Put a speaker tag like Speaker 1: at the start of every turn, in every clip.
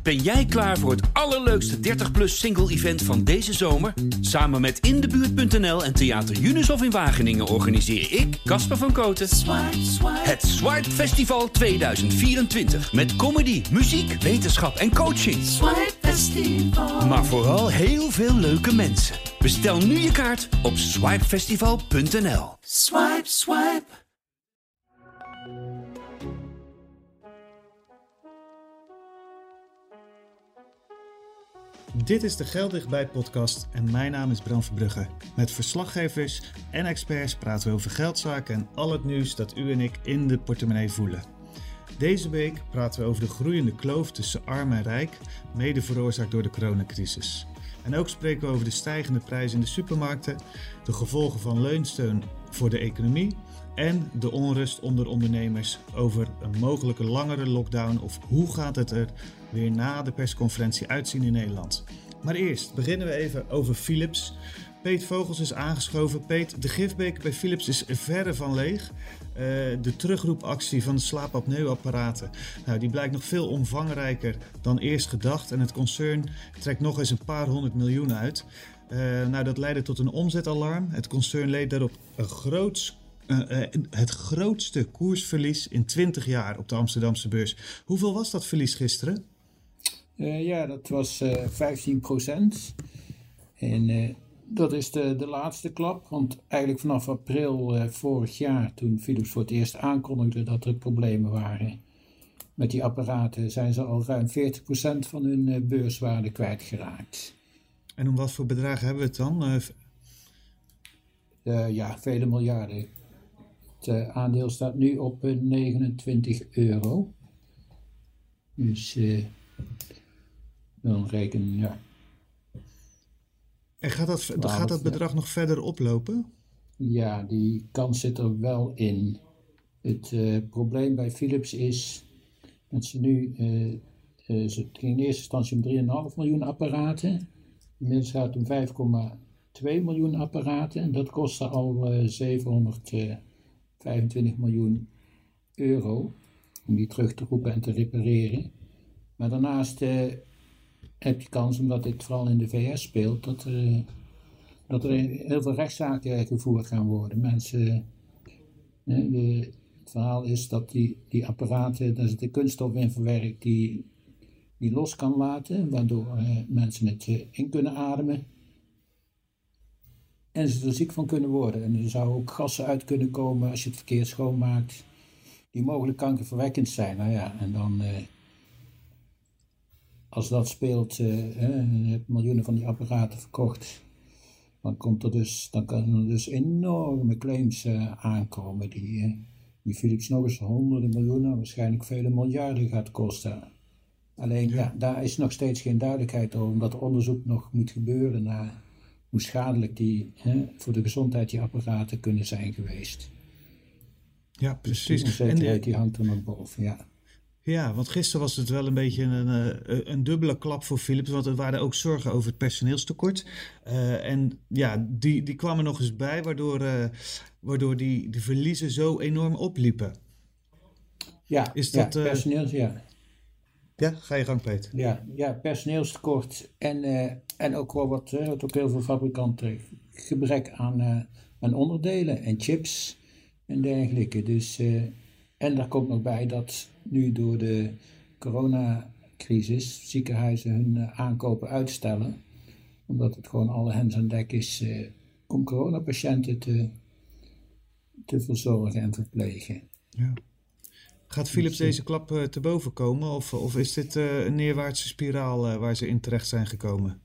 Speaker 1: Ben jij klaar voor het allerleukste 30-plus single-event van deze zomer? Samen met Indebuurt.nl en Theater Unisof in Wageningen organiseer ik, Casper van Koten, het Swipe Festival 2024. Met comedy, muziek, wetenschap en coaching.
Speaker 2: Swipe Festival.
Speaker 1: Maar vooral heel veel leuke mensen. Bestel nu je kaart op swipefestival.nl.
Speaker 2: Swipe, swipe.
Speaker 3: Dit is de Geld Dichtbij podcast en mijn naam is Bram Verbrugge. Met verslaggevers en experts praten we over geldzaken en al het nieuws dat u en ik in de portemonnee voelen. Deze week praten we over de groeiende kloof tussen arm en rijk, mede veroorzaakt door de coronacrisis. En ook spreken we over de stijgende prijzen in de supermarkten, de gevolgen van leunsteun voor de economie en de onrust onder ondernemers over een mogelijke langere lockdown of hoe gaat het er weer na de persconferentie uitzien in Nederland. Maar eerst beginnen we even over Philips. Peet Vogels is aangeschoven. Peet, de gifbeker bij Philips is verre van leeg. De terugroepactie van de slaapapneuapparaten, die blijkt nog veel omvangrijker dan eerst gedacht. En het concern trekt nog eens een paar 100 miljoen uit. Dat leidde tot een omzetalarm. Het concern leed daarop het grootste koersverlies in 20 jaar op de Amsterdamse beurs. Hoeveel was dat verlies gisteren?
Speaker 4: Dat was 15%. En dat is de laatste klap. Want eigenlijk vanaf april vorig jaar, toen Philips voor het eerst aankondigde dat er problemen waren met die apparaten, zijn ze al ruim 40% van hun beurswaarde kwijtgeraakt.
Speaker 3: En om wat voor bedragen hebben we het dan?
Speaker 4: Vele miljarden. Het aandeel staat nu op €29. Dus dan rekenen, ja.
Speaker 3: En gaat dat bedrag nog verder oplopen? Ja,
Speaker 4: die kans zit er wel in. Het probleem bij Philips is dat ze nu, het ging in eerste instantie om 3,5 miljoen apparaten. Inmiddels gaat het om 5,2 miljoen apparaten. En dat kostte al 725 miljoen euro om die terug te roepen en te repareren. Maar daarnaast heb je kans, omdat dit vooral in de VS speelt, dat er heel veel rechtszaken gevoerd gaan worden. Mensen, het verhaal is dat die apparaten, daar zit de kunststof in verwerkt die los kan laten, waardoor mensen het in kunnen ademen. En ze er ziek van kunnen worden. En er zouden ook gassen uit kunnen komen als je het verkeerd schoonmaakt, die mogelijk kankerverwekkend zijn. En dan, als dat speelt, en je hebt miljoenen van die apparaten verkocht, dan kan er dus enorme claims aankomen die Philips nog eens honderden miljoenen, waarschijnlijk vele miljarden gaat kosten. Alleen daar is nog steeds geen duidelijkheid over, omdat er onderzoek nog moet gebeuren naar hoe schadelijk die voor de gezondheid die apparaten kunnen zijn geweest.
Speaker 3: Ja, precies.
Speaker 4: Dus die onzekerheid die hangt er nog boven, ja.
Speaker 3: Ja, want gisteren was het wel een beetje een dubbele klap voor Philips, want er waren ook zorgen over het personeelstekort. Die kwamen nog eens bij, waardoor die verliezen zo enorm opliepen.
Speaker 4: Ja, is dat, personeels, ja.
Speaker 3: Ja, ga je gang, Peet.
Speaker 4: Ja, personeelstekort en ook wel wat ook heel veel fabrikanten, gebrek aan onderdelen en chips en dergelijke. Dus, en daar komt nog bij dat nu door de coronacrisis ziekenhuizen hun aankopen uitstellen, omdat het gewoon alle hens aan dek is om coronapatiënten te verzorgen en verplegen.
Speaker 3: Ja. Gaat Philips deze klap te boven komen of is dit een neerwaartse spiraal waar ze in terecht zijn gekomen?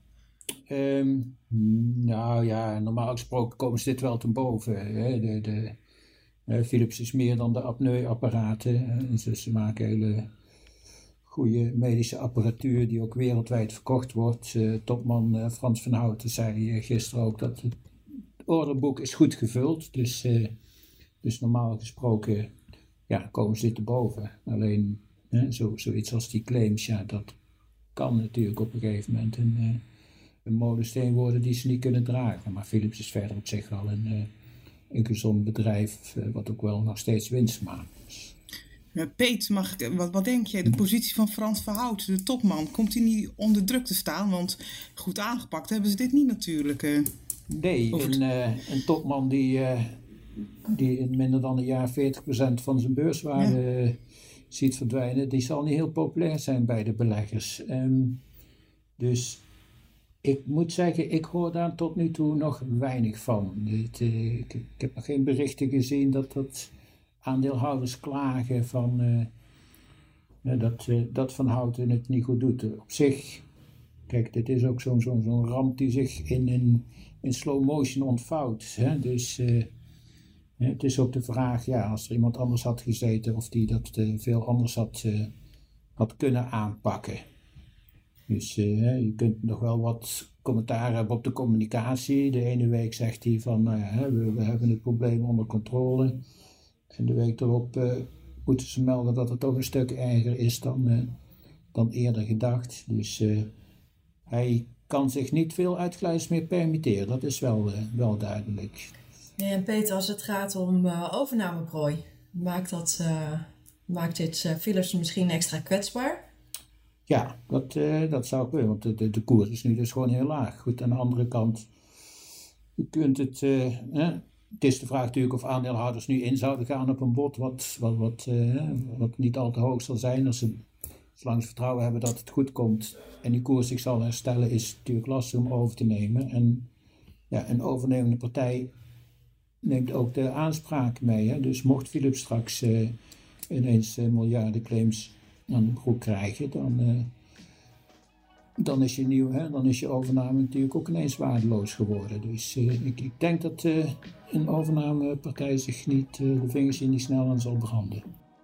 Speaker 4: Normaal gesproken komen ze dit wel te boven. Philips is meer dan de apneuapparaten. Ze maken hele goede medische apparatuur die ook wereldwijd verkocht wordt. Topman Frans van Houten zei gisteren ook dat het orderboek is goed gevuld. Dus normaal gesproken komen ze dit te boven. Alleen zoiets als die claims, dat kan natuurlijk op een gegeven moment een molensteen worden die ze niet kunnen dragen. Maar Philips is verder op zich wel een gezond bedrijf, wat ook wel nog steeds winst maakt.
Speaker 5: Peet, wat denk je? De positie van Frans Verhouten, de topman, komt hij niet onder druk te staan? Want goed aangepakt hebben ze dit niet natuurlijk.
Speaker 4: Nee, een topman die in minder dan een jaar 40% van zijn beurswaarde ziet verdwijnen, die zal niet heel populair zijn bij de beleggers. Dus ik moet zeggen, ik hoor daar tot nu toe nog weinig van. Ik heb nog geen berichten gezien dat aandeelhouders klagen van dat Van Houten het niet goed doet. Op zich, kijk, dit is ook zo'n ramp die zich in slow motion ontvouwt. Hè? Dus het is ook de vraag, als er iemand anders had gezeten of die dat veel anders had kunnen aanpakken. Dus je kunt nog wel wat commentaar hebben op de communicatie. De ene week zegt hij van, we hebben het probleem onder controle. En de week erop moeten ze melden dat het toch een stuk erger is dan eerder gedacht. Dus hij kan zich niet veel uitglijs meer permitteren. Dat is wel duidelijk.
Speaker 6: En Peter, als het gaat om overnameprooi, maakt dit Philips misschien extra kwetsbaar?
Speaker 4: Ja, dat zou kunnen, want de koers is nu dus gewoon heel laag. Goed, aan de andere kant, je kunt het... Het is de vraag natuurlijk of aandeelhouders nu in zouden gaan op een bod wat niet al te hoog zal zijn. Zolang ze vertrouwen hebben dat het goed komt en die koers zich zal herstellen, is het natuurlijk lastig om over te nemen. En een overnemende partij neemt ook de aanspraak mee. Hè? Dus mocht Philips straks ineens miljarden claims aan de broek krijgen, dan is je overname natuurlijk ook ineens waardeloos geworden. Dus ik denk dat een overnamepartij zich niet de vingers hier niet snel aan zal branden.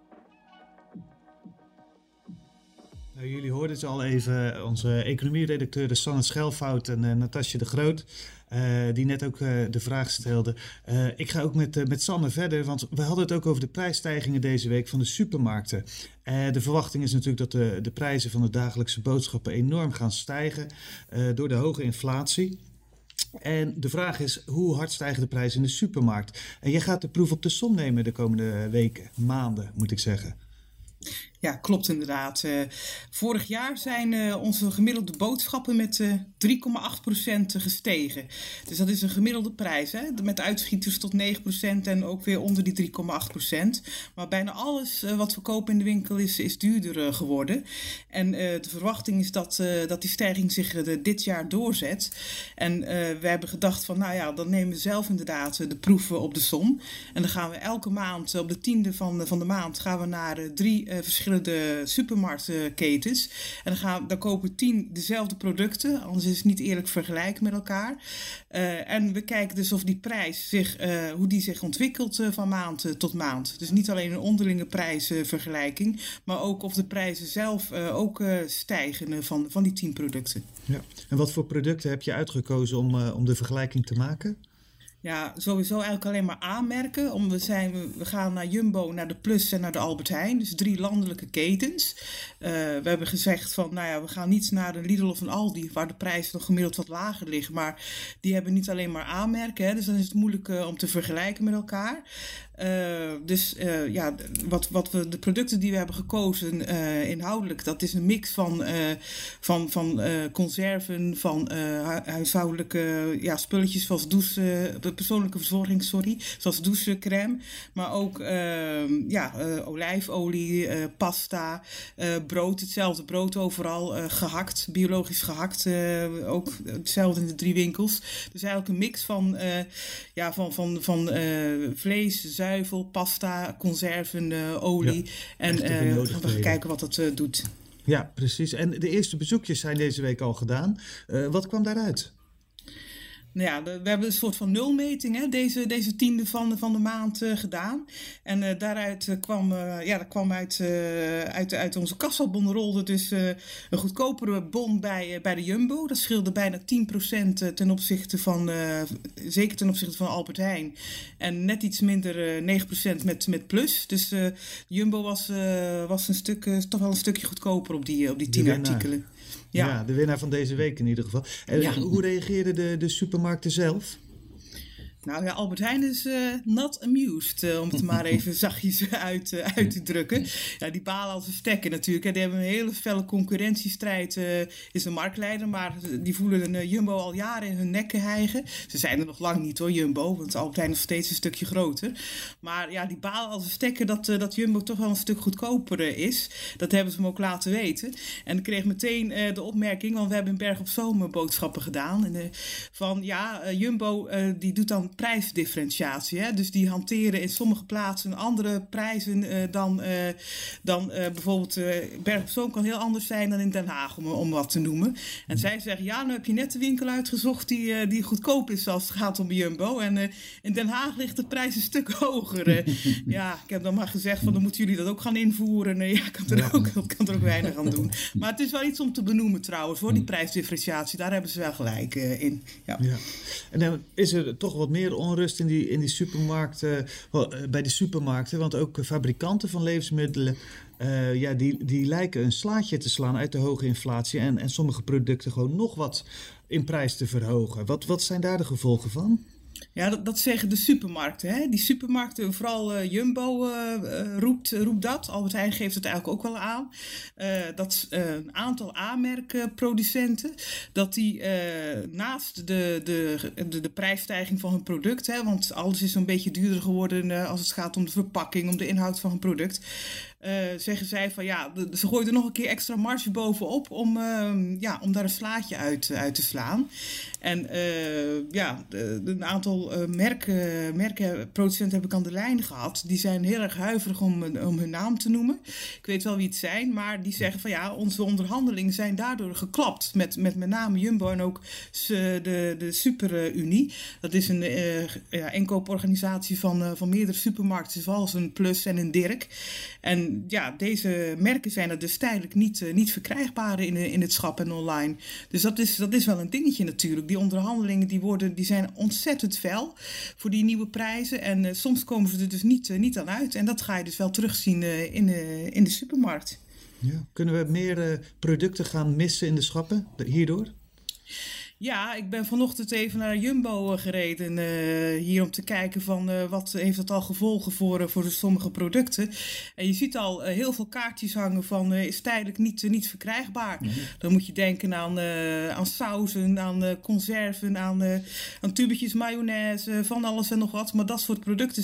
Speaker 3: Nou, jullie hoorden ze al even, onze economieredacteuren Sanne Schelfout en Natasja de Groot, die net ook de vraag stelden. Ik ga ook met Sanne verder, want we hadden het ook over de prijsstijgingen deze week van de supermarkten. De verwachting is natuurlijk dat de prijzen van de dagelijkse boodschappen enorm gaan stijgen door de hoge inflatie. En de vraag is, hoe hard stijgen de prijzen in de supermarkt? En jij gaat de proef op de som nemen de komende weken, maanden moet ik zeggen.
Speaker 5: Ja, klopt inderdaad. Vorig jaar zijn onze gemiddelde boodschappen met 3,8% gestegen. Dus dat is een gemiddelde prijs, hè? Met uitschieters tot 9% en ook weer onder die 3,8%. Maar bijna alles wat we kopen in de winkel is duurder geworden. En de verwachting is dat die stijging zich dit jaar doorzet. En we hebben gedacht van, dan nemen we zelf inderdaad de proeven op de som. En dan gaan we elke maand, op de 10e van de maand, gaan we naar 3 verschillende supermarktketens. En dan kopen 10 dezelfde producten, anders is het niet eerlijk vergelijken met elkaar. En we kijken dus of die prijs hoe die zich ontwikkelt van maand tot maand. Dus niet alleen een onderlinge prijsvergelijking, maar ook of de prijzen zelf ook stijgen van die 10 producten.
Speaker 3: Ja. En wat voor producten heb je uitgekozen om de vergelijking te maken?
Speaker 5: Ja, sowieso eigenlijk alleen maar aanmerken. We gaan naar Jumbo, naar de Plus en naar de Albert Heijn. Dus 3 landelijke ketens. We hebben gezegd van, we gaan niet naar een Lidl of een Aldi, waar de prijzen nog gemiddeld wat lager liggen. Maar die hebben niet alleen maar aanmerken. Hè, dus dan is het moeilijk om te vergelijken met elkaar. De producten die we hebben gekozen inhoudelijk, dat is een mix van conserven, van huishoudelijke spulletjes zoals persoonlijke verzorging, zoals douchecrème, maar ook olijfolie, pasta, brood, hetzelfde brood overal, gehakt, biologisch gehakt, ook hetzelfde in de 3 winkels. Dus eigenlijk een mix van vlees, zuivel, pasta, conserven, olie. En we gaan kijken wat dat doet.
Speaker 3: Ja, precies. En de eerste bezoekjes zijn deze week al gedaan. Wat kwam daaruit?
Speaker 5: We hebben een soort van nulmeting, hè, deze 10e van de maand gedaan. En daaruit kwam uit onze kassabon rolde dus een goedkopere bon bij de Jumbo. Dat scheelde bijna 10% ten opzichte van Albert Heijn. En net iets minder 9% met Plus. Dus Jumbo was toch wel een stukje goedkoper op die 10 artikelen.
Speaker 3: Ja, de winnaar van deze week in ieder geval. En hoe reageerden de supermarkten zelf?
Speaker 5: Nou ja, Albert Heijn is not amused, om het maar even zachtjes uit te drukken. Ja, die balen als een stekker natuurlijk. Hè. Die hebben een hele felle concurrentiestrijd, is een marktleider, maar die voelen Jumbo al jaren in hun nekken hijgen. Ze zijn er nog lang niet hoor, Jumbo, want Albert Heijn is nog steeds een stukje groter. Maar ja, die balen als een stekker dat Jumbo toch wel een stuk goedkoper is. Dat hebben ze me ook laten weten. En ik kreeg meteen de opmerking, want we hebben in Berg op Zoom boodschappen gedaan. Van ja, Jumbo die doet dan prijsdifferentiatie. Hè? Dus die hanteren in sommige plaatsen andere prijzen dan bijvoorbeeld Berg op Zoom kan heel anders zijn dan in Den Haag, om wat te noemen. En zij zeggen, ja, nu heb je net de winkel uitgezocht die goedkoop is als het gaat om Jumbo. En in Den Haag ligt de prijs een stuk hoger. Ja, ik heb dan maar gezegd van dan moeten jullie dat ook gaan invoeren. Ja, ik kan er ook weinig aan doen. Maar het is wel iets om te benoemen trouwens, hoor, die prijsdifferentiatie. Daar hebben ze wel gelijk in. Ja.
Speaker 3: Ja. En dan is er toch wat meer onrust in die supermarkten, bij de supermarkten, want ook fabrikanten van levensmiddelen, die lijken een slaatje te slaan uit de hoge inflatie en sommige producten gewoon nog wat in prijs te verhogen. Wat zijn daar de gevolgen van?
Speaker 5: Ja, dat zeggen de supermarkten. Hè? Die supermarkten, vooral Jumbo roept dat. Albert Heijn geeft het eigenlijk ook wel aan. Dat een aantal A-merkproducenten, dat die naast de prijsstijging van hun product, hè, want alles is een beetje duurder geworden als het gaat om de verpakking, om de inhoud van een product. Zeggen zij van ja, ze gooien er nog een keer extra marge bovenop om daar een slaatje uit te slaan. En een aantal merkenproducenten heb ik aan de lijn gehad. Die zijn heel erg huiverig om hun naam te noemen. Ik weet wel wie het zijn, maar die zeggen van ja, onze onderhandelingen zijn daardoor geklapt. Met name Jumbo en ook de Super-Unie. Dat is een inkooporganisatie van meerdere supermarkten, zoals een Plus en een Dirk. En ja, deze merken zijn er dus tijdelijk niet verkrijgbaar in het schap en online. Dus dat is wel een dingetje natuurlijk. Die onderhandelingen die zijn ontzettend fel voor die nieuwe prijzen. En soms komen ze er dus niet aan uit. En dat ga je dus wel terugzien in de supermarkt.
Speaker 3: Ja. Kunnen we meer producten gaan missen in de schappen hierdoor?
Speaker 5: Ja, ik ben vanochtend even naar Jumbo gereden hier om te kijken van wat heeft dat al gevolgen voor sommige producten. En je ziet al heel veel kaartjes hangen van is tijdelijk niet verkrijgbaar. Mm-hmm. Dan moet je denken aan sauzen, aan conserven, aan tubetjes mayonaise, van alles en nog wat. Maar dat soort producten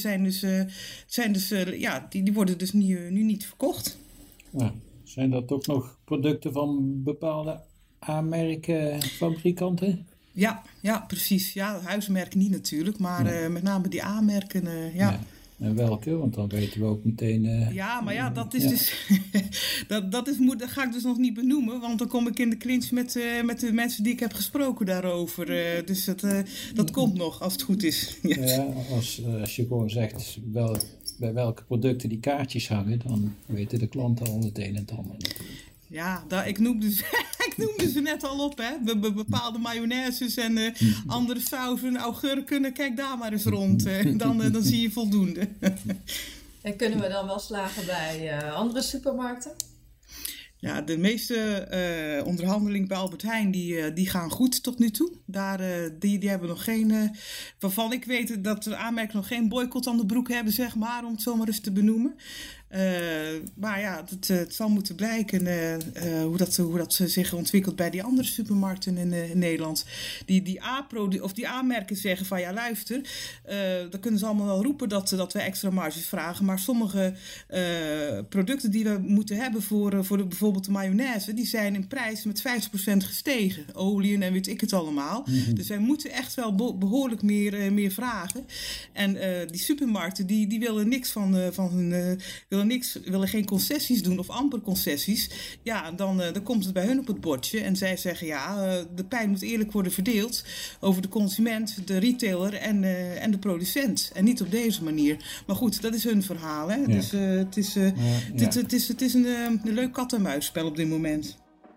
Speaker 5: die worden dus nu niet verkocht.
Speaker 4: Ja, zijn dat toch nog producten van bepaalde A-merken-fabrikanten?
Speaker 5: Ja, precies. Ja, huismerken niet natuurlijk, maar met name die A-merken, ja.
Speaker 4: En welke? Want dan weten we ook meteen...
Speaker 5: dat is dus... dat ga ik dus nog niet benoemen, want dan kom ik in de clinch met de mensen die ik heb gesproken daarover. Dus dat komt nog, als het goed is. Yes.
Speaker 4: Ja, als je gewoon zegt bij welke producten die kaartjes hangen, dan weten de klanten al het een en het ander natuurlijk.
Speaker 5: Ja, ik noemde ze net al op, hè. Bepaalde mayonaises en andere sauzen, augurken. Kijk daar maar eens rond. Dan zie je voldoende.
Speaker 6: En kunnen we dan wel slagen bij andere supermarkten?
Speaker 5: Ja, de meeste onderhandelingen bij Albert Heijn die gaan goed tot nu toe. Die hebben nog geen... waarvan ik weet dat de aanmerken nog geen boycott aan de broek hebben, zeg maar, om het zo maar eens te benoemen. Maar ja, het zal moeten blijken hoe dat zich ontwikkelt bij die andere supermarkten in Nederland. Die A-merken zeggen van ja, luister, dan kunnen ze allemaal wel roepen dat we extra marges vragen. Maar sommige producten die we moeten hebben voor bijvoorbeeld de mayonaise, die zijn in prijs met 50% gestegen. Olie en weet ik het allemaal. Mm-hmm. Dus wij moeten echt wel behoorlijk meer vragen. En die supermarkten die willen niks van hun... willen geen concessies doen of amper concessies, ja, dan komt het bij hun op het bordje en zij zeggen de pijn moet eerlijk worden verdeeld over de consument, de retailer en de producent en niet op deze manier. Maar goed, dat is hun verhaal, hè? Ja. Dus het is een leuk kat-en-muisspel op dit moment.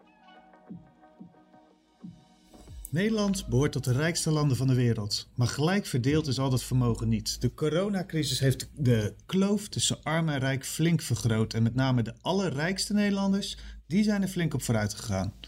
Speaker 3: Nederland behoort tot de rijkste landen van de wereld, maar gelijk verdeeld is al dat vermogen niet. De coronacrisis heeft de kloof tussen arm en rijk flink vergroot en met name de allerrijkste Nederlanders, die zijn er flink op vooruit gegaan.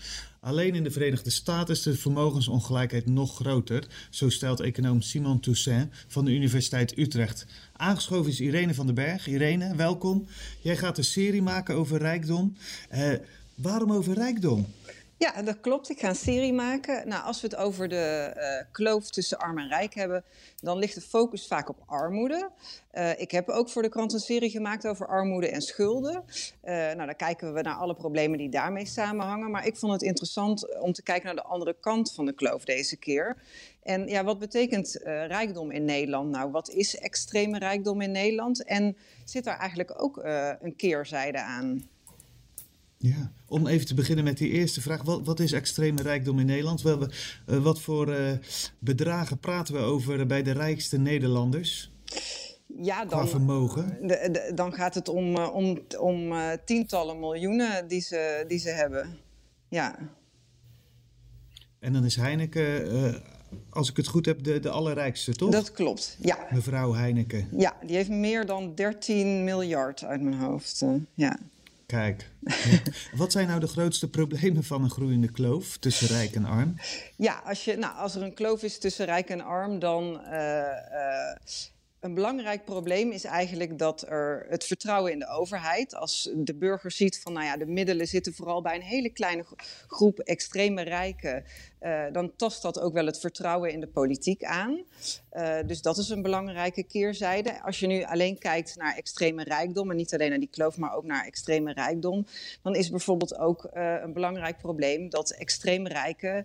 Speaker 3: Alleen in de Verenigde Staten is de vermogensongelijkheid nog groter, zo stelt econoom Simon Toussaint van de Universiteit Utrecht. Aangeschoven is Irene van den Berg. Irene, welkom. Jij gaat een serie maken over rijkdom. Waarom over rijkdom?
Speaker 7: Ja, dat klopt. Ik ga een serie maken. Nou, als we het over de kloof tussen arm en rijk hebben, dan ligt de focus vaak op armoede. Ik heb ook voor de krant een serie gemaakt over armoede en schulden. Nou, dan kijken we naar alle problemen die daarmee samenhangen. Maar ik vond het interessant om te kijken naar de andere kant van de kloof deze keer. En ja, wat betekent rijkdom in Nederland? Nou, wat is extreme rijkdom in Nederland? En zit daar eigenlijk ook een keerzijde aan?
Speaker 3: Ja, om even te beginnen met die eerste vraag. Wat is extreme rijkdom in Nederland? Wat voor bedragen praten we over bij de rijkste Nederlanders?
Speaker 7: Ja,
Speaker 3: qua vermogen?
Speaker 7: Dan gaat het om tientallen miljoenen die ze hebben. Ja.
Speaker 3: En dan is Heineken, als ik het goed heb, de allerrijkste, toch?
Speaker 7: Dat klopt, ja.
Speaker 3: Mevrouw Heineken.
Speaker 7: Ja, die heeft meer dan 13 miljard uit mijn hoofd, ja.
Speaker 3: Kijk, ja. Wat zijn nou de grootste problemen van een groeiende kloof tussen rijk en arm?
Speaker 7: Ja, als er een kloof is tussen rijk en arm, dan een belangrijk probleem is eigenlijk dat er het vertrouwen in de overheid, als de burger ziet van, de middelen zitten vooral bij een hele kleine groep extreme rijken, dan tast dat ook wel het vertrouwen in de politiek aan. Dus dat is een belangrijke keerzijde. Als je nu alleen kijkt naar extreme rijkdom, en niet alleen naar die kloof, maar ook naar extreme rijkdom, dan is bijvoorbeeld ook een belangrijk probleem dat extreem rijken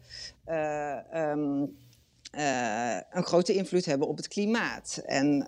Speaker 7: een grote invloed hebben op het klimaat. En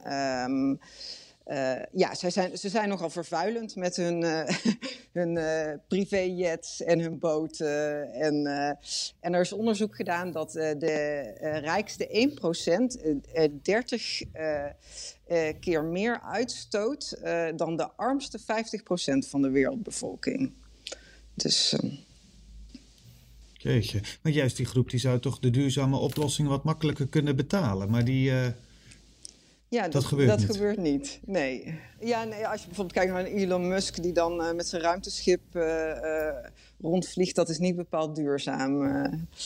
Speaker 7: ze zijn nogal vervuilend met hun privéjets en hun boten. En er is onderzoek gedaan dat de rijkste 1% 30 keer meer uitstoot dan de armste 50% van de wereldbevolking. Dus...
Speaker 3: Jeetje, maar juist die groep die zou toch de duurzame oplossing wat makkelijker kunnen betalen. Maar dat
Speaker 7: gebeurt niet. Nee. Ja, nee, als je bijvoorbeeld kijkt naar Elon Musk die dan met zijn ruimteschip rondvliegt, dat is niet bepaald duurzaam.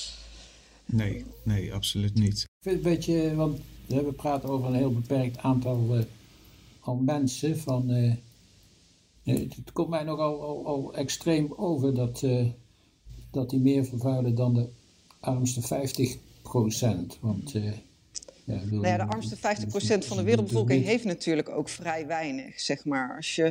Speaker 3: Nee, absoluut niet.
Speaker 4: Weet je, want we praten over een heel beperkt aantal mensen. Het komt mij nogal extreem over dat die meer vervuilen dan de armste 50%. Want,
Speaker 7: de armste 50% van de wereldbevolking heeft natuurlijk ook vrij weinig, zeg maar. Als je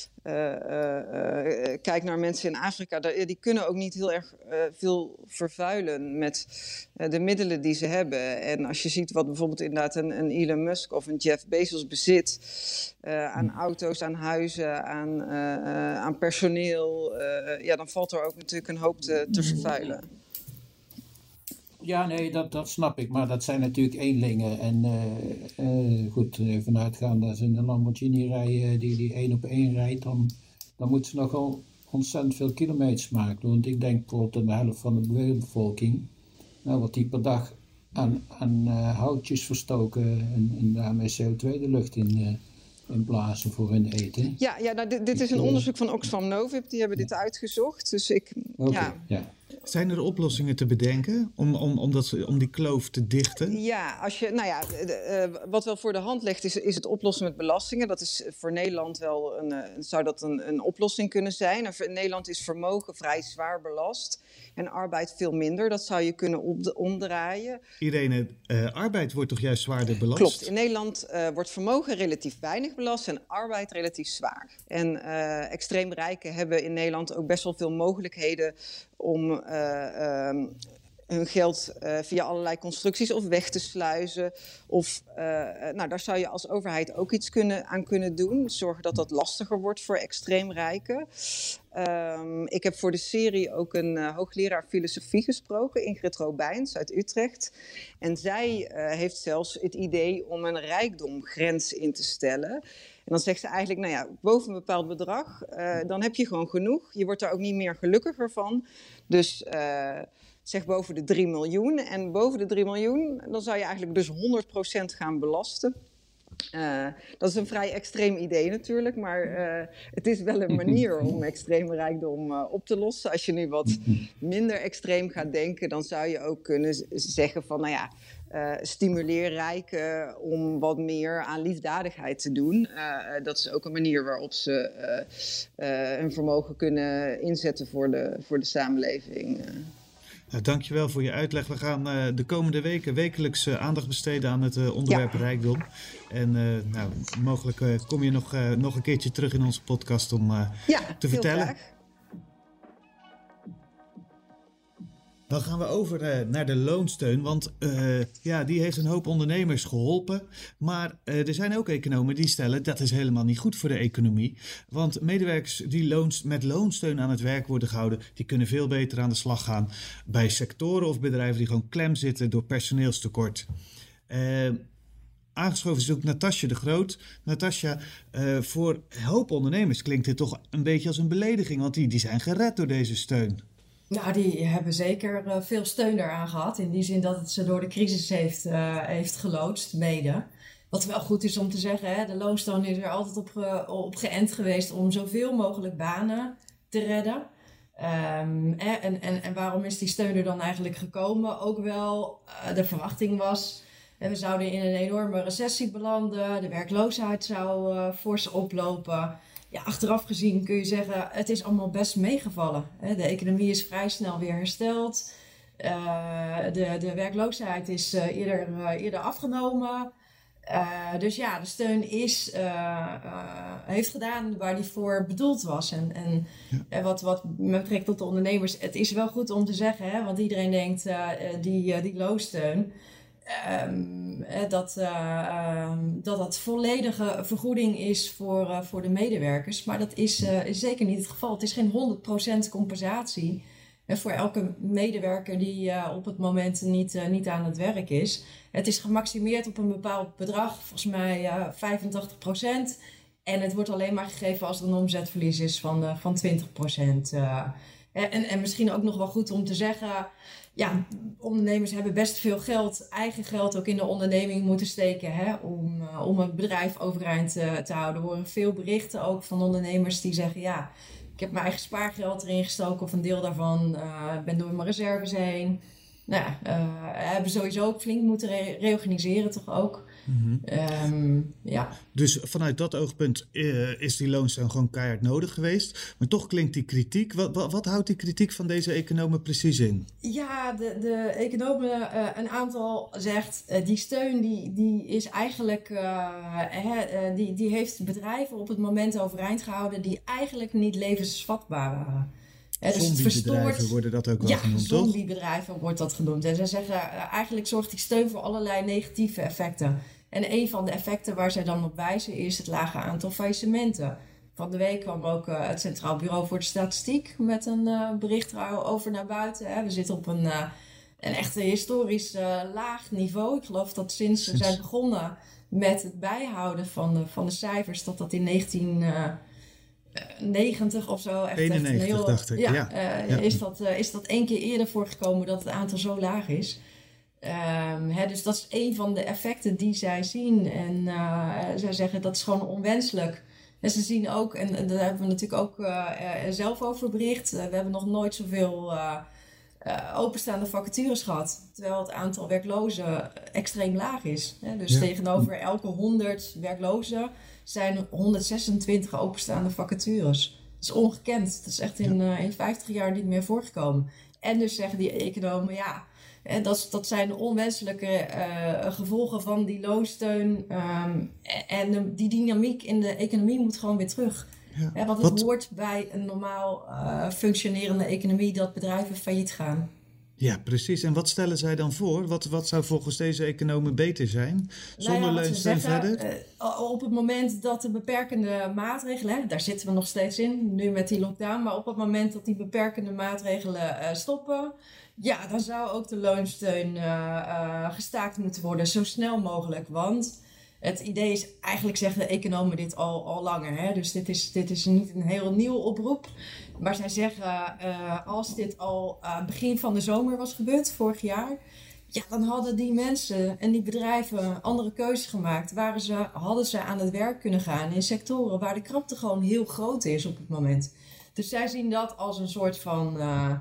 Speaker 7: kijkt naar mensen in Afrika, die kunnen ook niet heel erg veel vervuilen met de middelen die ze hebben. En als je ziet wat bijvoorbeeld inderdaad een Elon Musk of een Jeff Bezos bezit, aan auto's, aan huizen, aan personeel, dan valt er ook natuurlijk een hoop te vervuilen.
Speaker 4: Ja, nee, dat snap ik. Maar dat zijn natuurlijk eenlingen. En goed, vanuitgaan dat ze een Lamborghini rijden die 1 op 1 rijdt, dan moeten ze nogal ontzettend veel kilometers maken. Want ik denk bijvoorbeeld aan de helft van de wereldbevolking, wat die per dag aan houtjes verstoken en daarmee CO2 de lucht in blazen voor hun eten.
Speaker 7: Ja, dit is een onderzoek van Oxfam Novib. Die hebben dit uitgezocht. Dus
Speaker 4: ja.
Speaker 3: Zijn er oplossingen te bedenken om die kloof te dichten?
Speaker 7: Ja, wat wel voor de hand ligt is het oplossen met belastingen. Dat is voor Nederland wel zou dat een oplossing kunnen zijn. In Nederland is vermogen vrij zwaar belast en arbeid veel minder. Dat zou je kunnen omdraaien.
Speaker 3: Irene, arbeid wordt toch juist zwaarder belast?
Speaker 7: Klopt. In Nederland wordt vermogen relatief weinig belast en arbeid relatief zwaar. En extreem rijken hebben in Nederland ook best wel veel mogelijkheden om hun geld via allerlei constructies of weg te sluizen. Of daar zou je als overheid ook iets aan kunnen doen. Zorgen dat dat lastiger wordt voor extreem rijken. Ik heb voor de serie ook een hoogleraar filosofie gesproken, Ingrid Robijns uit Utrecht. En zij heeft zelfs het idee om een rijkdomgrens in te stellen. En dan zegt ze eigenlijk, boven een bepaald bedrag, dan heb je gewoon genoeg. Je wordt daar ook niet meer gelukkiger van. Dus zeg boven de 3 miljoen. En boven de 3 miljoen, dan zou je eigenlijk dus 100% gaan belasten. Dat is een vrij extreem idee natuurlijk, maar het is wel een manier om extreme rijkdom op te lossen. Als je nu wat minder extreem gaat denken, dan zou je ook kunnen zeggen van, stimuleer rijken om wat meer aan liefdadigheid te doen. Dat is ook een manier waarop ze hun vermogen kunnen inzetten voor de samenleving.
Speaker 3: Dankjewel voor je uitleg. We gaan de komende weken wekelijks aandacht besteden aan het onderwerp rijkdom. En mogelijk kom je nog een keertje terug in onze podcast om te vertellen.
Speaker 7: Graag.
Speaker 3: Dan gaan we over naar de loonsteun, want die heeft een hoop ondernemers geholpen. Maar er zijn ook economen die stellen dat is helemaal niet goed voor de economie. Want medewerkers die met loonsteun aan het werk worden gehouden, die kunnen veel beter aan de slag gaan bij sectoren of bedrijven die gewoon klem zitten door personeelstekort. Aangeschoven is ook Natasja de Groot. Natasja, voor een hoop ondernemers klinkt dit toch een beetje als een belediging, want die zijn gered door deze steun.
Speaker 6: Nou, die hebben zeker veel steun daaraan gehad. In die zin dat het ze door de crisis heeft geloodst, mede. Wat wel goed is om te zeggen, de loonsteun is er altijd op geënt geweest om zoveel mogelijk banen te redden. En waarom is die steun er dan eigenlijk gekomen? Ook wel, de verwachting was, we zouden in een enorme recessie belanden. De werkloosheid zou fors oplopen. Ja, achteraf gezien kun je zeggen, het is allemaal best meegevallen. De economie is vrij snel weer hersteld. De werkloosheid is eerder afgenomen. Dus ja, de steun heeft gedaan waar die voor bedoeld was. En wat met betrekking tot de ondernemers, het is wel goed om te zeggen, want iedereen denkt die loonsteun. Dat volledige vergoeding is voor de medewerkers. Maar dat is zeker niet het geval. Het is geen 100% compensatie voor elke medewerker die op het moment niet aan het werk is. Het is gemaximeerd op een bepaald bedrag, volgens mij 85%. En het wordt alleen maar gegeven als er een omzetverlies is van 20%. En misschien ook nog wel goed om te zeggen, ja, ondernemers hebben best veel geld, eigen geld ook in de onderneming moeten steken, om het bedrijf overeind te houden. Er horen veel berichten ook van ondernemers die zeggen, ja, ik heb mijn eigen spaargeld erin gestoken of een deel daarvan, ben door mijn reserves heen. Nou ja, hebben sowieso ook flink moeten reorganiseren toch ook. Mm-hmm.
Speaker 3: Dus vanuit dat oogpunt is die loonsteun gewoon keihard nodig geweest. Maar toch klinkt die kritiek. Wat houdt die kritiek van deze economen precies in?
Speaker 6: Ja, de economen, een aantal zegt, die steun die is eigenlijk, die heeft bedrijven op het moment overeind gehouden die eigenlijk niet levensvatbaar waren.
Speaker 3: Zombiebedrijven worden dat ook wel genoemd, toch?
Speaker 6: Ja, zombiebedrijven wordt dat genoemd. En zij zeggen, eigenlijk zorgt die steun voor allerlei negatieve effecten. En een van de effecten waar zij dan op wijzen is het lage aantal faillissementen. Van de week kwam ook het Centraal Bureau voor de Statistiek met een bericht over naar buiten. We zitten op een echt historisch laag niveau. Ik geloof dat sinds we zijn begonnen met het bijhouden van de cijfers, dat in 1990 of zo. Echt
Speaker 3: 91 dacht ik.
Speaker 6: Is dat 1 keer eerder voorgekomen dat het aantal zo laag is. Dus dat is een van de effecten die zij zien. En zij zeggen dat is gewoon onwenselijk. En ze zien ook, en daar hebben we natuurlijk ook zelf over bericht. We hebben nog nooit zoveel openstaande vacatures gehad. Terwijl het aantal werklozen extreem laag is. Dus tegenover elke 100 werklozen zijn 126 openstaande vacatures. Dat is ongekend. Dat is echt in 50 jaar niet meer voorgekomen. En dus zeggen die economen, ja, dat zijn onwenselijke gevolgen van die loonsteun. En die dynamiek in de economie moet gewoon weer terug. Ja. Want het hoort bij een normaal functionerende economie dat bedrijven failliet gaan.
Speaker 3: Ja, precies. En wat stellen zij dan voor? Wat zou volgens deze economen beter zijn? Zonder leunsteun verder?
Speaker 6: Op het moment dat de beperkende maatregelen, daar zitten we nog steeds in, nu met die lockdown, maar op het moment dat die beperkende maatregelen stoppen, ja, dan zou ook de loonsteun gestaakt moeten worden, zo snel mogelijk. Want het idee is, eigenlijk zeggen de economen dit al langer. Dus dit is niet een heel nieuw oproep. Maar zij zeggen, als dit al begin van de zomer was gebeurd, vorig jaar, Ja, dan hadden die mensen en die bedrijven andere keuzes gemaakt. Hadden ze aan het werk kunnen gaan in sectoren waar de krapte gewoon heel groot is op het moment. Dus zij zien dat als een soort van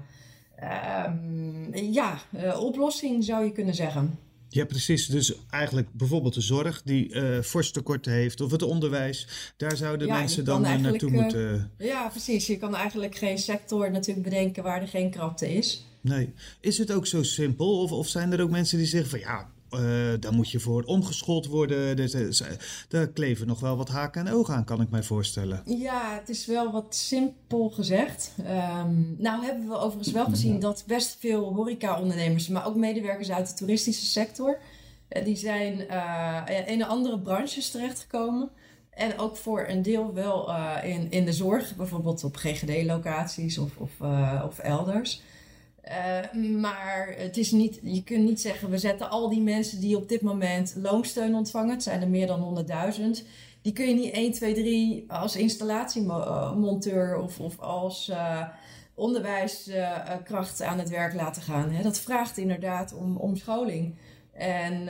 Speaker 6: oplossing, zou je kunnen zeggen.
Speaker 3: Ja, precies. Dus eigenlijk bijvoorbeeld de zorg die fors tekorten heeft, of het onderwijs, daar zouden mensen dan naartoe moeten.
Speaker 6: Ja, precies. Je kan eigenlijk geen sector natuurlijk bedenken waar er geen krapte is.
Speaker 3: Nee. Is het ook zo simpel? Of zijn er ook mensen die zeggen van ja, daar moet je voor omgeschoold worden. Daar kleven nog wel wat haken en ogen aan, kan ik mij voorstellen.
Speaker 6: Ja, het is wel wat simpel gezegd. Nou hebben we overigens wel gezien dat best veel horeca-ondernemers, maar ook medewerkers uit de toeristische sector, die zijn in andere branches terechtgekomen. En ook voor een deel wel in de zorg, bijvoorbeeld op GGD-locaties of elders. Maar het is niet, je kunt niet zeggen, we zetten al die mensen die op dit moment loonsteun ontvangen, het zijn er meer dan 100.000, die kun je niet 1, 2, 3 als installatiemonteur of als onderwijskracht aan het werk laten gaan. Hè. Dat vraagt inderdaad om scholing. En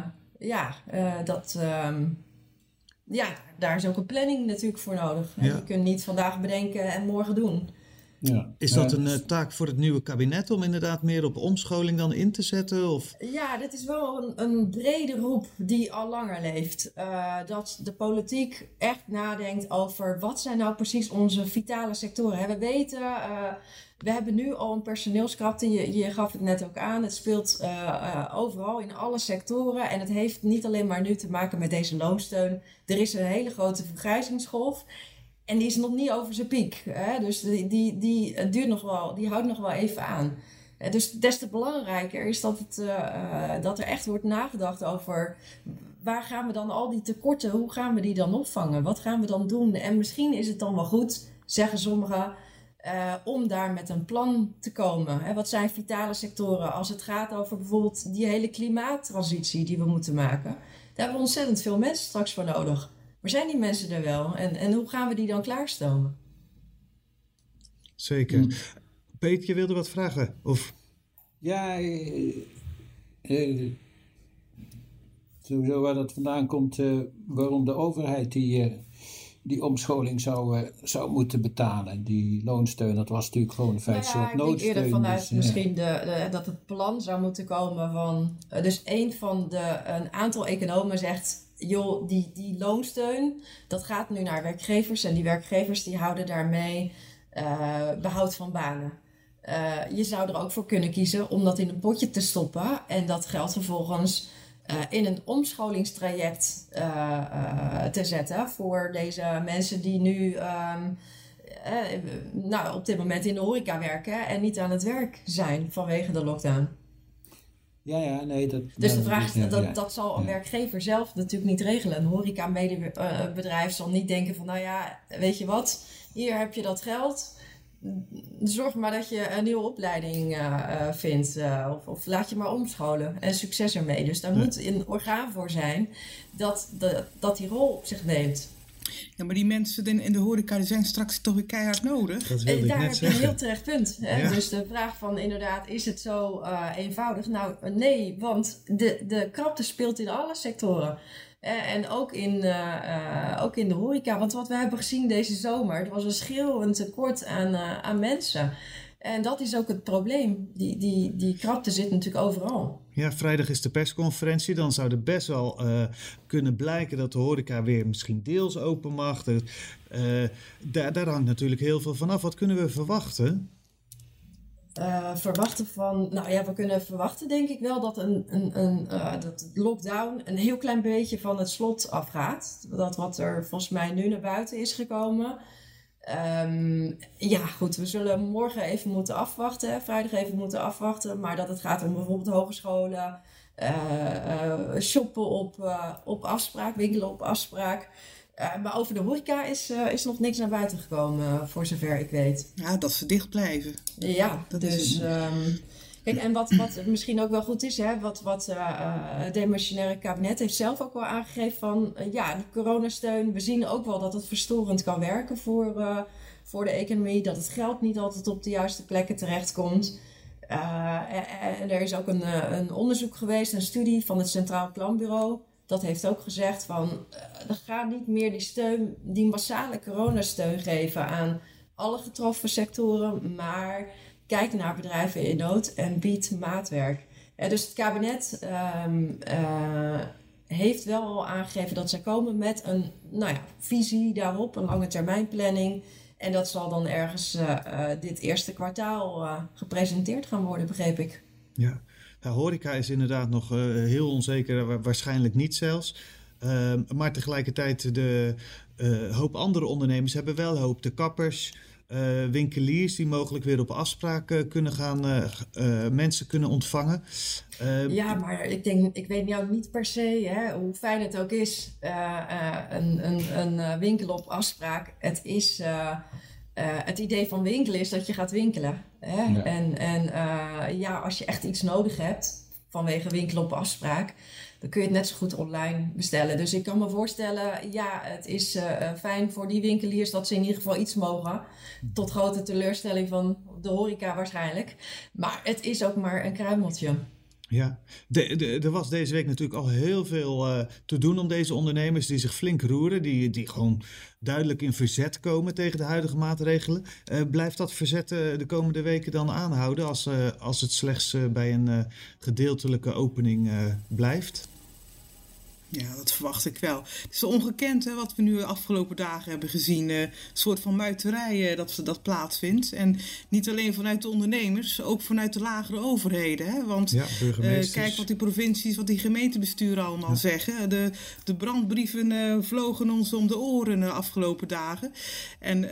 Speaker 6: daar is ook een planning natuurlijk voor nodig. Ja. Je kunt niet vandaag bedenken en morgen doen.
Speaker 3: Ja. Is dat een taak voor het nieuwe kabinet om inderdaad meer op omscholing dan in te zetten? Of?
Speaker 6: Ja, dit is wel een brede roep die al langer leeft. Dat de politiek echt nadenkt over wat zijn nou precies onze vitale sectoren. We weten, we hebben nu al een personeelskrapte. Je gaf het net ook aan. Het speelt overal in alle sectoren. En het heeft niet alleen maar nu te maken met deze loonsteun. Er is een hele grote vergrijzingsgolf. En die is nog niet over zijn piek. Hè? Dus die duurt nog wel, die houdt nog wel even aan. Dus des te belangrijker is dat er echt wordt nagedacht over waar gaan we dan al die tekorten, hoe gaan we die dan opvangen? Wat gaan we dan doen? En misschien is het dan wel goed, zeggen sommigen, om daar met een plan te komen. Wat zijn vitale sectoren als het gaat over bijvoorbeeld die hele klimaattransitie die we moeten maken? Daar hebben we ontzettend veel mensen straks voor nodig. Maar zijn die mensen er wel? En hoe gaan we die dan klaarstomen?
Speaker 3: Zeker. Peet, je wilde wat vragen? Of?
Speaker 4: Ja, sowieso waar dat vandaan komt, waarom de overheid die omscholing zou moeten betalen. Die loonsteun, dat was natuurlijk gewoon een feit soort noodsteun. Ik denk
Speaker 6: eerder vanuit misschien dat het plan zou moeten komen van. Dus een aantal economen zegt, joh, die loonsteun, dat gaat nu naar werkgevers. En die werkgevers die houden daarmee behoud van banen. Je zou er ook voor kunnen kiezen om dat in een potje te stoppen. En dat geld vervolgens in een omscholingstraject te zetten voor deze mensen die nu op dit moment in de horeca werken en niet aan het werk zijn vanwege de lockdown.
Speaker 4: Ja, nee.
Speaker 6: Dus de vraag is, dat zal een werkgever zelf natuurlijk niet regelen. Een horeca-bedrijf zal niet denken van, nou ja, weet je wat, hier heb je dat geld. Zorg maar dat je een nieuwe opleiding vindt. Of laat je maar omscholen. En succes ermee. Dus daar moet een orgaan voor zijn dat die rol op zich neemt.
Speaker 5: Ja, maar die mensen in de horeca die zijn straks toch weer keihard nodig.
Speaker 3: Dat wilde ik
Speaker 6: daar
Speaker 3: net
Speaker 6: heb je
Speaker 3: zeggen.
Speaker 6: een heel terecht punt. Hè? Ja. Dus de vraag van inderdaad, is het zo eenvoudig? Nou, nee, want de krapte speelt in alle sectoren. En ook in de horeca. Want wat we hebben gezien deze zomer, het was een schreeuwend tekort aan mensen. En dat is ook het probleem. Die krapte zit natuurlijk overal.
Speaker 3: Ja, vrijdag is de persconferentie. Dan zou er best wel kunnen blijken dat de horeca weer misschien deels open mag. Daar hangt natuurlijk heel veel van af. Wat kunnen we verwachten?
Speaker 6: We kunnen verwachten denk ik wel dat dat de lockdown een heel klein beetje van het slot afgaat. Dat wat er volgens mij nu naar buiten is gekomen. Goed, we zullen morgen even moeten afwachten, vrijdag even moeten afwachten. Maar dat het gaat om bijvoorbeeld hogescholen, shoppen op afspraak, winkelen op afspraak. Maar over de horeca is nog niks naar buiten gekomen, voor zover ik weet.
Speaker 5: Ja, dat ze dicht blijven.
Speaker 6: Ja, dat dus... Kijk, en wat misschien ook wel goed is, hè, wat het demissionaire kabinet heeft zelf ook wel aangegeven van... die coronasteun, we zien ook wel dat het verstorend kan werken voor de economie. Dat het geld niet altijd op de juiste plekken terechtkomt. En er is ook een onderzoek geweest, een studie van het Centraal Planbureau. Dat heeft ook gezegd van, er gaat niet meer die massale coronasteun geven aan alle getroffen sectoren, maar kijk naar bedrijven in nood en bied maatwerk. Dus het kabinet heeft wel al aangegeven dat zij komen met een visie daarop, een lange termijnplanning. En dat zal dan ergens dit eerste kwartaal gepresenteerd gaan worden, begreep ik.
Speaker 3: Ja, horeca is inderdaad nog heel onzeker, waarschijnlijk niet zelfs. Maar tegelijkertijd de hoop andere ondernemers hebben wel hoop. De kappers, winkeliers die mogelijk weer op afspraak kunnen gaan, mensen kunnen ontvangen.
Speaker 6: Ja, maar ik weet nou niet per se hoe fijn het ook is, een winkel op afspraak. Het is... het idee van winkelen is dat je gaat winkelen. Hè? Ja. En als je echt iets nodig hebt vanwege winkelen op afspraak, dan kun je het net zo goed online bestellen. Dus ik kan me voorstellen, het is fijn voor die winkeliers dat ze in ieder geval iets mogen. Tot grote teleurstelling van de horeca waarschijnlijk. Maar het is ook maar een kruimeltje.
Speaker 3: Ja, er was deze week natuurlijk al heel veel te doen om deze ondernemers die zich flink roeren, die gewoon duidelijk in verzet komen tegen de huidige maatregelen. Blijft dat verzet de komende weken dan aanhouden als het slechts bij een gedeeltelijke opening blijft?
Speaker 5: Ja, dat verwacht ik wel. Het is ongekend wat we nu de afgelopen dagen hebben gezien. Een soort van muiterij dat plaatsvindt. En niet alleen vanuit de ondernemers, ook vanuit de lagere overheden. Hè? Want kijk wat die provincies, wat die gemeentebesturen allemaal zeggen. De brandbrieven vlogen ons om de oren de afgelopen dagen. En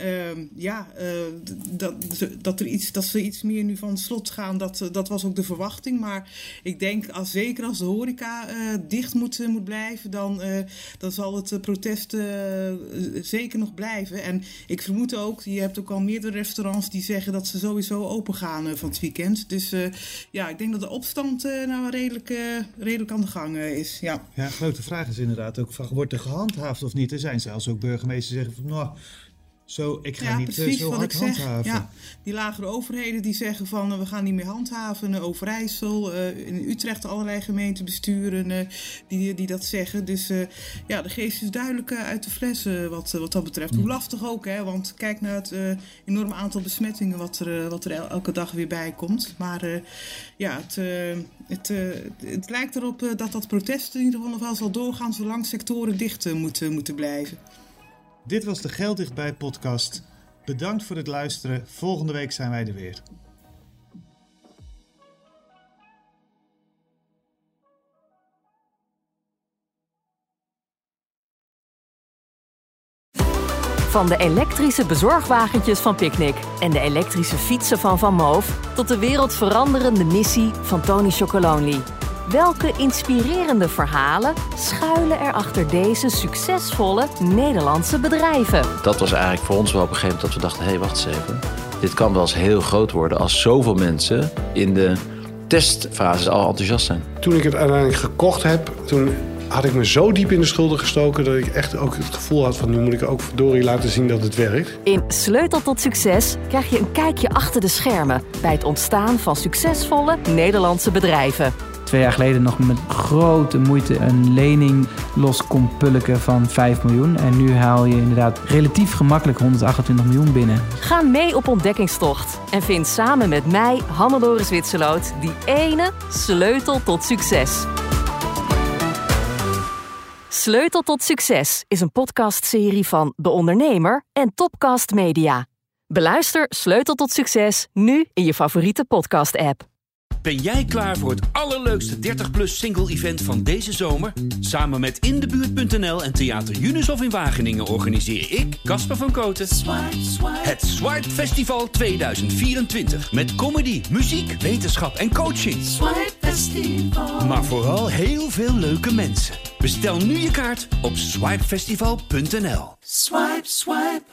Speaker 5: dat ze iets meer nu van slot gaan, dat was ook de verwachting. Maar ik denk, zeker als de horeca dicht moet blijven, dan zal het protest zeker nog blijven. En ik vermoed ook, je hebt ook al meerdere restaurants die zeggen dat ze sowieso open gaan van het weekend. Dus ik denk dat de opstand redelijk aan de gang is. Ja,
Speaker 3: grote vraag is inderdaad ook, wordt er gehandhaafd of niet? Er zijn zelfs ook burgemeesters die zeggen van, ik ga niet zo hard handhaven. Ja,
Speaker 5: die lagere overheden die zeggen van we gaan niet meer handhaven. Overijssel, in Utrecht allerlei gemeentebesturen die dat zeggen. Dus de geest is duidelijk uit de fles wat dat betreft. Hoe lastig ook, hè? Want kijk naar het enorme aantal besmettingen wat er elke dag weer bij komt. Maar het lijkt erop dat protest in ieder geval nog wel zal doorgaan zolang sectoren dicht moeten blijven.
Speaker 3: Dit was de Geld Dichtbij podcast. Bedankt voor het luisteren. Volgende week zijn wij er weer.
Speaker 8: Van de elektrische bezorgwagentjes van Picnic en de elektrische fietsen van Van Moof tot de wereldveranderende missie van Tony Chocolonely. Welke inspirerende verhalen schuilen er achter deze succesvolle Nederlandse bedrijven?
Speaker 9: Dat was eigenlijk voor ons wel op een gegeven moment dat we dachten, wacht eens even. Dit kan wel eens heel groot worden als zoveel mensen in de testfases al enthousiast zijn.
Speaker 10: Toen ik het uiteindelijk gekocht heb, toen had ik me zo diep in de schulden gestoken dat ik echt ook het gevoel had van nu moet ik ook verdorie laten zien dat het werkt.
Speaker 8: In Sleutel tot Succes krijg je een kijkje achter de schermen bij het ontstaan van succesvolle Nederlandse bedrijven.
Speaker 11: 2 jaar geleden nog met grote moeite een lening los kon pulken van 5 miljoen. En nu haal je inderdaad relatief gemakkelijk 128 miljoen binnen.
Speaker 8: Ga mee op ontdekkingstocht en vind samen met mij, Hannelore Zwitserloot, die ene sleutel tot succes. Sleutel tot Succes is een podcastserie van De Ondernemer en Topcast Media. Beluister Sleutel tot Succes nu in je favoriete podcast-app.
Speaker 1: Ben jij klaar voor het allerleukste 30-plus single-event van deze zomer? Samen met Indebuurt.nl en Theater Junushof in Wageningen organiseer ik, Casper van Kooten, het Swipe Festival 2024. Met comedy, muziek, wetenschap en coaching.
Speaker 2: Swipe Festival.
Speaker 1: Maar vooral heel veel leuke mensen. Bestel nu je kaart op swipefestival.nl.
Speaker 2: Swipe, swipe.